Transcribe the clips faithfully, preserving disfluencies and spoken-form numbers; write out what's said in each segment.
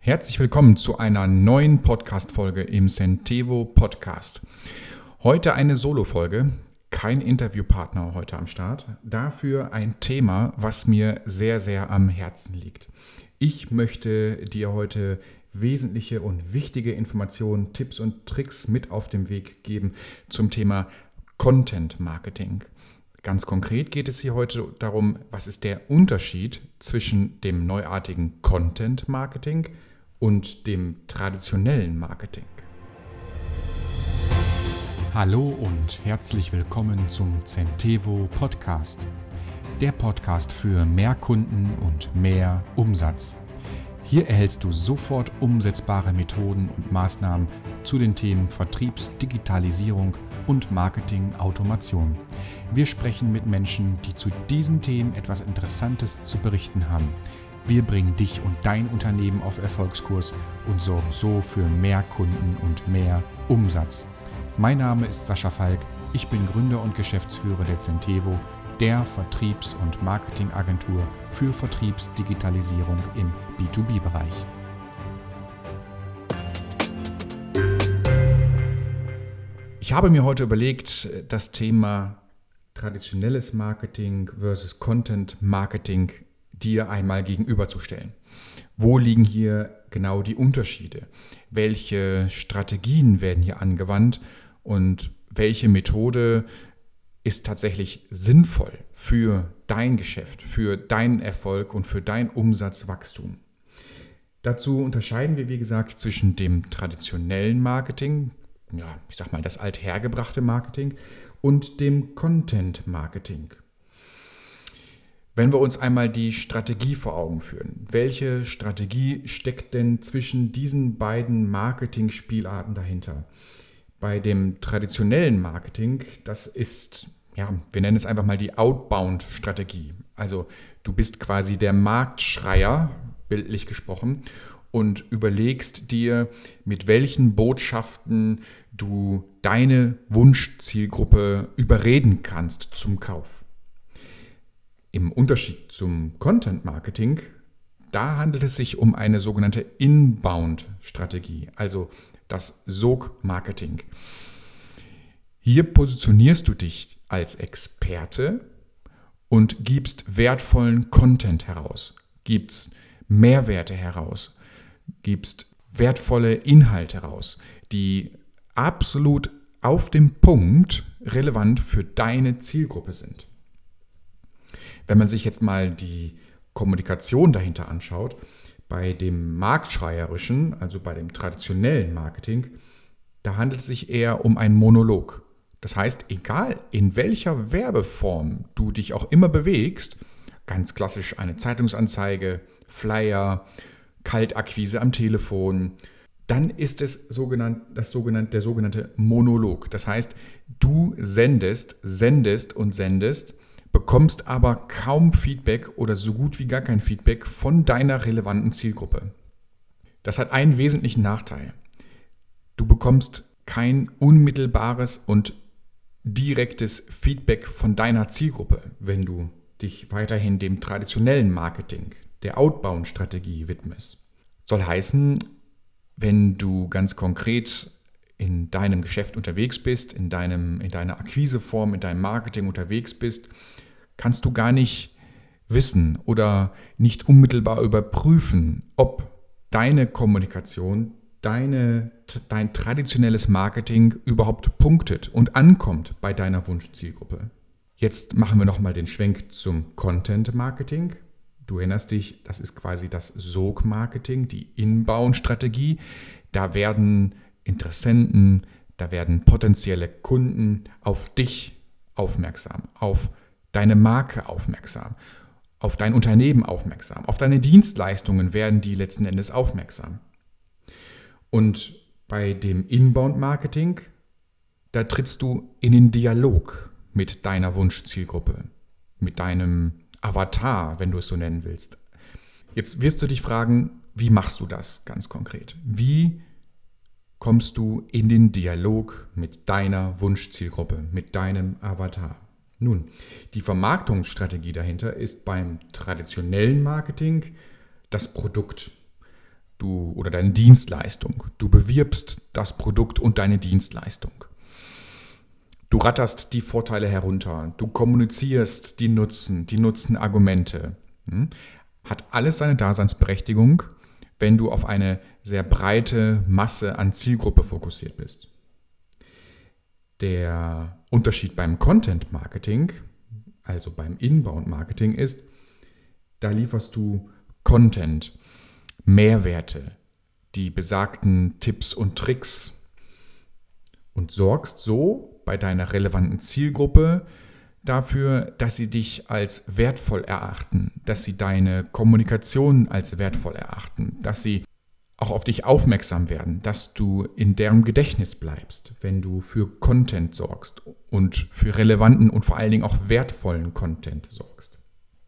Herzlich willkommen zu einer neuen Podcast-Folge im Centevo Podcast. Heute eine Solo-Folge, kein Interviewpartner heute am Start, dafür ein Thema, was mir sehr, sehr am Herzen liegt. Ich möchte dir heute wesentliche und wichtige Informationen, Tipps und Tricks mit auf den Weg geben zum Thema Content Marketing. Ganz konkret geht es hier heute darum, was ist der Unterschied zwischen dem neuartigen Content Marketing und dem traditionellen Marketing. Hallo und herzlich willkommen zum Centevo Podcast. Der Podcast für mehr Kunden und mehr Umsatz. Hier erhältst du sofort umsetzbare Methoden und Maßnahmen zu den Themen Vertriebsdigitalisierung und Marketing-Automation. Wir sprechen mit Menschen, die zu diesen Themen etwas Interessantes zu berichten haben. Wir bringen dich und dein Unternehmen auf Erfolgskurs und sorgen so für mehr Kunden und mehr Umsatz. Mein Name ist Sascha Falk, ich bin Gründer und Geschäftsführer der Centevo, der Vertriebs- und Marketingagentur für Vertriebsdigitalisierung im B zwei B-Bereich. Ich habe mir heute überlegt, das Thema traditionelles Marketing versus Content Marketing dir einmal gegenüberzustellen. Wo liegen hier genau die Unterschiede? Welche Strategien werden hier angewandt und welche Methode ist tatsächlich sinnvoll für dein Geschäft, für deinen Erfolg und für dein Umsatzwachstum? Dazu unterscheiden wir, wie gesagt, zwischen dem traditionellen Marketing, ja, ich sag mal das althergebrachte Marketing, und dem Content Marketing. Wenn wir uns einmal die Strategie vor Augen führen, welche Strategie steckt denn zwischen diesen beiden Marketing-Spielarten dahinter? Bei dem traditionellen Marketing, das ist, ja, wir nennen es einfach mal die Outbound-Strategie. Also du bist quasi der Marktschreier, bildlich gesprochen, und überlegst dir, mit welchen Botschaften du deine Wunschzielgruppe überreden kannst zum Kauf. Im Unterschied zum Content Marketing, da handelt es sich um eine sogenannte Inbound-Strategie, also das Sog-Marketing. Hier positionierst du dich als Experte und gibst wertvollen Content heraus, gibst Mehrwerte heraus, gibst wertvolle Inhalte heraus, die absolut auf dem Punkt relevant für deine Zielgruppe sind. Wenn man sich jetzt mal die Kommunikation dahinter anschaut, bei dem marktschreierischen, also bei dem traditionellen Marketing, da handelt es sich eher um einen Monolog. Das heißt, egal in welcher Werbeform du dich auch immer bewegst, ganz klassisch eine Zeitungsanzeige, Flyer, Kaltakquise am Telefon, dann ist es sogenannt, das sogenannte, der sogenannte Monolog. Das heißt, du sendest, sendest und sendest, bekommst aber kaum Feedback oder so gut wie gar kein Feedback von deiner relevanten Zielgruppe. Das hat einen wesentlichen Nachteil. Du bekommst kein unmittelbares und direktes Feedback von deiner Zielgruppe, wenn du dich weiterhin dem traditionellen Marketing, der Outbound-Strategie widmest. Soll heißen, wenn du ganz konkret in deinem Geschäft unterwegs bist, in, deinem, in deiner Akquiseform, in deinem Marketing unterwegs bist, kannst du gar nicht wissen oder nicht unmittelbar überprüfen, ob deine Kommunikation, deine, dein traditionelles Marketing überhaupt punktet und ankommt bei deiner Wunschzielgruppe. Jetzt machen wir nochmal den Schwenk zum Content Marketing. Du erinnerst dich, das ist quasi das Sog-Marketing, die Inbound-Strategie. Da werden Interessenten, da werden potenzielle Kunden auf dich aufmerksam, auf deine Marke aufmerksam, auf dein Unternehmen aufmerksam, auf deine Dienstleistungen werden die letzten Endes aufmerksam. Und bei dem Inbound-Marketing, da trittst du in den Dialog mit deiner Wunschzielgruppe, mit deinem Avatar, wenn du es so nennen willst. Jetzt wirst du dich fragen, wie machst du das ganz konkret? Wie kommst du in den Dialog mit deiner Wunschzielgruppe, mit deinem Avatar? Nun, die Vermarktungsstrategie dahinter ist beim traditionellen Marketing das Produkt. du oder deine Dienstleistung. Du bewirbst das Produkt und deine Dienstleistung. Du ratterst die Vorteile herunter. Du kommunizierst die Nutzen, die Nutzenargumente. Hm? Hat alles seine Daseinsberechtigung, wenn du auf eine sehr breite Masse an Zielgruppe fokussiert bist. Der Unterschied beim Content Marketing, also beim Inbound Marketing, ist, da lieferst du Content, Mehrwerte, die besagten Tipps und Tricks und sorgst so bei deiner relevanten Zielgruppe dafür, dass sie dich als wertvoll erachten, dass sie deine Kommunikation als wertvoll erachten, dass sie auch auf dich aufmerksam werden, dass du in deren Gedächtnis bleibst, wenn du für Content sorgst und für relevanten und vor allen Dingen auch wertvollen Content sorgst.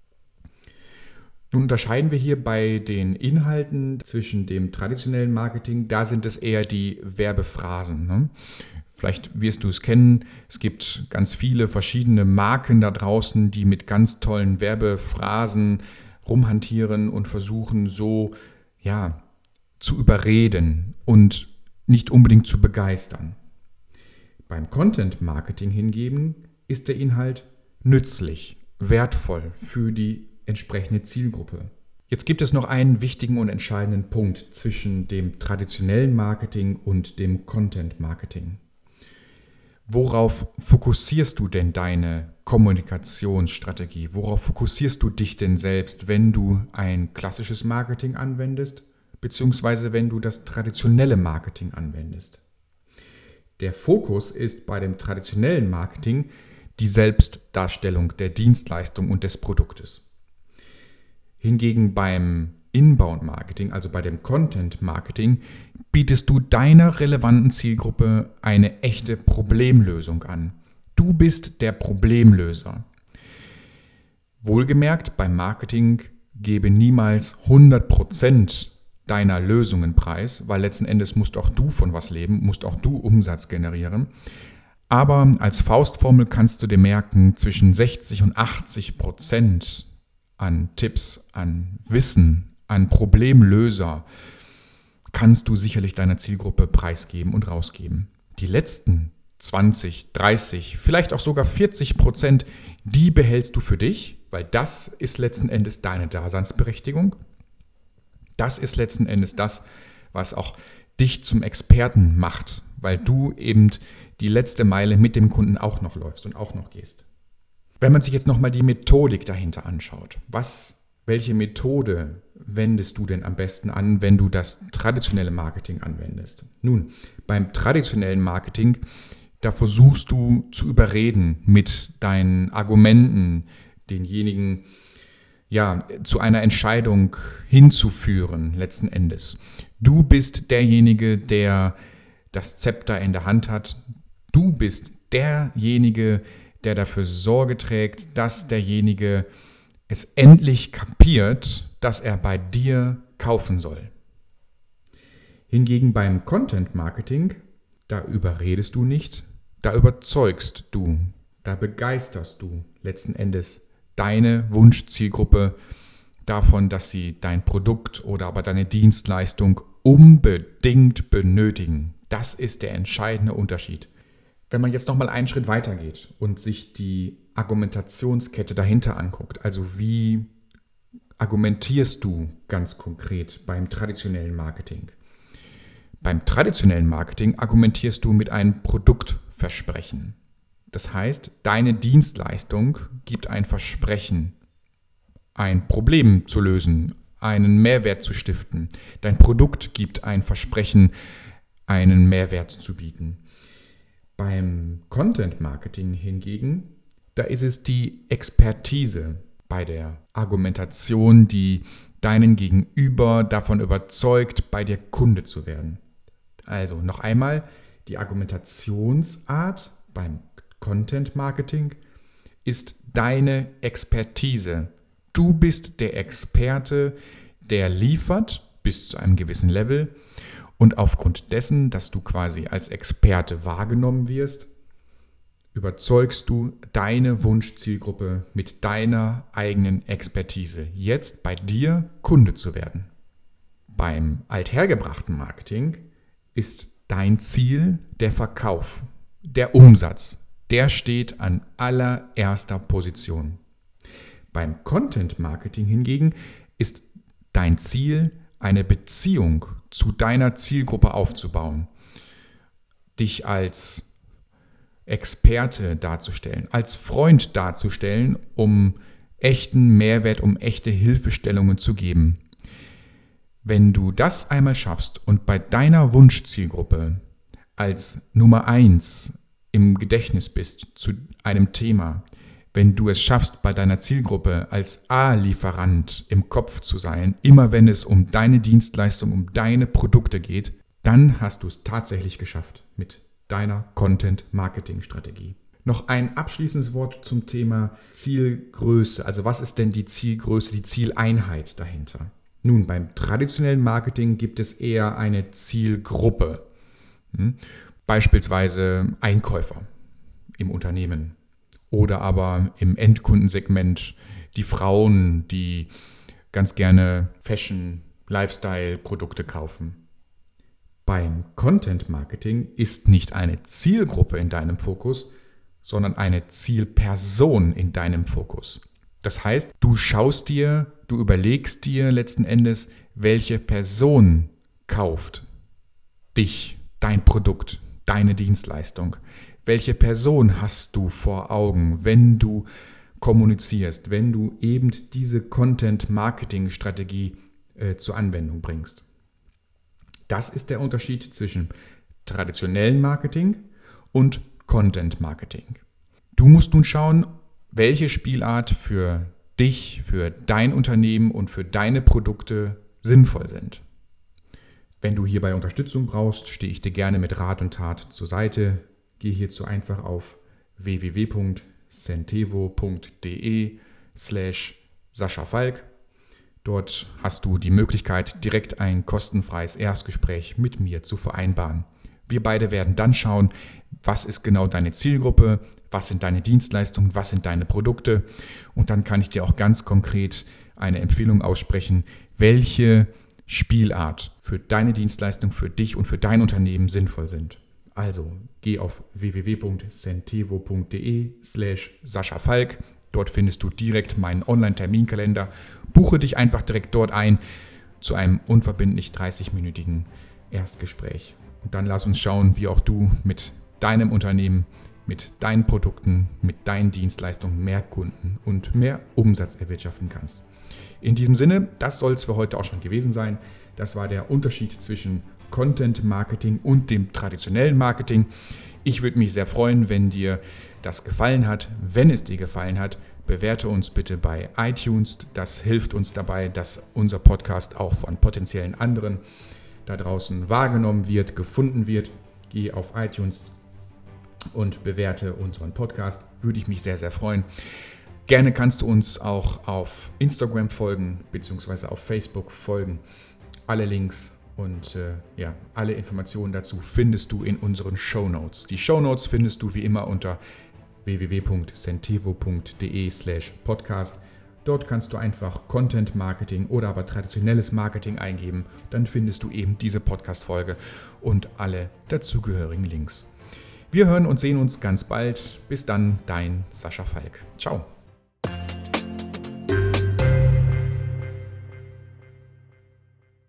Nun unterscheiden wir hier bei den Inhalten zwischen dem traditionellen Marketing, da sind es eher die Werbephrasen. Ne? Vielleicht wirst du es kennen, es gibt ganz viele verschiedene Marken da draußen, die mit ganz tollen Werbephrasen rumhantieren und versuchen so, ja, zu überreden und nicht unbedingt zu begeistern. Beim Content Marketing hingegen ist der Inhalt nützlich, wertvoll für die entsprechende Zielgruppe. Jetzt gibt es noch einen wichtigen und entscheidenden Punkt zwischen dem traditionellen Marketing und dem Content Marketing. Worauf fokussierst du denn deine Kommunikationsstrategie? Worauf fokussierst du dich denn selbst, wenn du ein klassisches Marketing anwendest, beziehungsweise wenn du das traditionelle Marketing anwendest? Der Fokus ist bei dem traditionellen Marketing die Selbstdarstellung der Dienstleistung und des Produktes. Hingegen beim Inbound-Marketing, also bei dem Content-Marketing, bietest du deiner relevanten Zielgruppe eine echte Problemlösung an. Du bist der Problemlöser. Wohlgemerkt, beim Marketing gebe niemals hundert Prozent deiner Lösungen preis, weil letzten Endes musst auch du von was leben, musst auch du Umsatz generieren. Aber als Faustformel kannst du dir merken, zwischen sechzig und achtzig Prozent an Tipps, an Wissen, an Problemlöser kannst du sicherlich deiner Zielgruppe preisgeben und rausgeben. Die letzten zwanzig, dreißig, vielleicht auch sogar vierzig Prozent, die behältst du für dich, weil das ist letzten Endes deine Daseinsberechtigung. Das ist letzten Endes das, was auch dich zum Experten macht, weil du eben die letzte Meile mit dem Kunden auch noch läufst und auch noch gehst. Wenn man sich jetzt nochmal die Methodik dahinter anschaut, was, welche Methode wendest du denn am besten an, wenn du das traditionelle Marketing anwendest? Nun, beim traditionellen Marketing, da versuchst du zu überreden mit deinen Argumenten, denjenigen ja, zu einer Entscheidung hinzuführen, letzten Endes. Du bist derjenige, der das Zepter in der Hand hat. Du bist derjenige, der dafür Sorge trägt, dass derjenige es endlich kapiert, dass er bei dir kaufen soll. Hingegen beim Content Marketing, da überredest du nicht, da überzeugst du, da begeisterst du letzten Endes deine Wunschzielgruppe davon, dass sie dein Produkt oder aber deine Dienstleistung unbedingt benötigen. Das ist der entscheidende Unterschied. Wenn man jetzt nochmal einen Schritt weiter geht und sich die Argumentationskette dahinter anguckt, also wie argumentierst du ganz konkret beim traditionellen Marketing? Beim traditionellen Marketing argumentierst du mit einem Produktversprechen. Das heißt, deine Dienstleistung gibt ein Versprechen, ein Problem zu lösen, einen Mehrwert zu stiften. Dein Produkt gibt ein Versprechen, einen Mehrwert zu bieten. Beim Content Marketing hingegen, da ist es die Expertise bei der Argumentation, die deinen Gegenüber davon überzeugt, bei dir Kunde zu werden. Also noch einmal, die Argumentationsart beim Content Marketing ist deine Expertise. Du bist der Experte, der liefert bis zu einem gewissen Level und aufgrund dessen, dass du quasi als Experte wahrgenommen wirst, überzeugst du deine Wunschzielgruppe mit deiner eigenen Expertise, jetzt bei dir Kunde zu werden. Beim althergebrachten Marketing ist dein Ziel der Verkauf, der Umsatz. Der steht an allererster Position. Beim Content Marketing hingegen ist dein Ziel, eine Beziehung zu deiner Zielgruppe aufzubauen, dich als Experte darzustellen, als Freund darzustellen, um echten Mehrwert, um echte Hilfestellungen zu geben. Wenn du das einmal schaffst und bei deiner Wunschzielgruppe als Nummer eins im Gedächtnis bist zu einem Thema, wenn du es schaffst, bei deiner Zielgruppe als A-Lieferant im Kopf zu sein, immer wenn es um deine Dienstleistung, um deine Produkte geht, dann hast du es tatsächlich geschafft mit deiner Content-Marketing-Strategie. Noch ein abschließendes Wort zum Thema Zielgröße. Also was ist denn die Zielgröße, die Zieleinheit dahinter? Nun, beim traditionellen Marketing gibt es eher eine Zielgruppe. Hm? Beispielsweise Einkäufer im Unternehmen oder aber im Endkundensegment die Frauen, die ganz gerne Fashion, Lifestyle-Produkte kaufen. Beim Content Marketing ist nicht eine Zielgruppe in deinem Fokus, sondern eine Zielperson in deinem Fokus. Das heißt, du schaust dir, du überlegst dir letzten Endes, welche Person kauft dich, dein Produkt, deine Dienstleistung. Welche Person hast du vor Augen, wenn du kommunizierst, wenn du eben diese Content-Marketing-Strategie äh, zur Anwendung bringst? Das ist der Unterschied zwischen traditionellem Marketing und Content-Marketing. Du musst nun schauen, welche Spielart für dich, für dein Unternehmen und für deine Produkte sinnvoll sind. Wenn du hierbei Unterstützung brauchst, stehe ich dir gerne mit Rat und Tat zur Seite. Geh hierzu einfach auf w w w punkt centevo punkt de slash Sascha Falk. Dort hast du die Möglichkeit, direkt ein kostenfreies Erstgespräch mit mir zu vereinbaren. Wir beide werden dann schauen, was ist genau deine Zielgruppe, was sind deine Dienstleistungen, was sind deine Produkte. Und dann kann ich dir auch ganz konkret eine Empfehlung aussprechen, welche Spielart für deine Dienstleistung, für dich und für dein Unternehmen sinnvoll sind. Also geh auf w w w punkt centevo punkt de slash Sascha Falk. Dort findest du direkt meinen Online-Terminkalender. Buche dich einfach direkt dort ein zu einem unverbindlich dreißig-minütigen Erstgespräch. Und dann lass uns schauen, wie auch du mit deinem Unternehmen, mit deinen Produkten, mit deinen Dienstleistungen mehr Kunden und mehr Umsatz erwirtschaften kannst. In diesem Sinne, das soll es für heute auch schon gewesen sein. Das war der Unterschied zwischen Content Marketing und dem traditionellen Marketing. Ich würde mich sehr freuen, wenn dir das gefallen hat. Wenn es dir gefallen hat, bewerte uns bitte bei iTunes. Das hilft uns dabei, dass unser Podcast auch von potenziellen anderen da draußen wahrgenommen wird, gefunden wird. Geh auf iTunes und bewerte unseren Podcast. Würde ich mich sehr, sehr freuen. Gerne kannst du uns auch auf Instagram folgen, beziehungsweise auf Facebook folgen. Alle Links und äh, ja, alle Informationen dazu findest du in unseren Shownotes. Die Shownotes findest du wie immer unter w w w punkt centevo punkt de slash podcast. Dort kannst du einfach Content Marketing oder aber traditionelles Marketing eingeben. Dann findest du eben diese Podcast-Folge und alle dazugehörigen Links. Wir hören und sehen uns ganz bald. Bis dann, dein Sascha Falk. Ciao.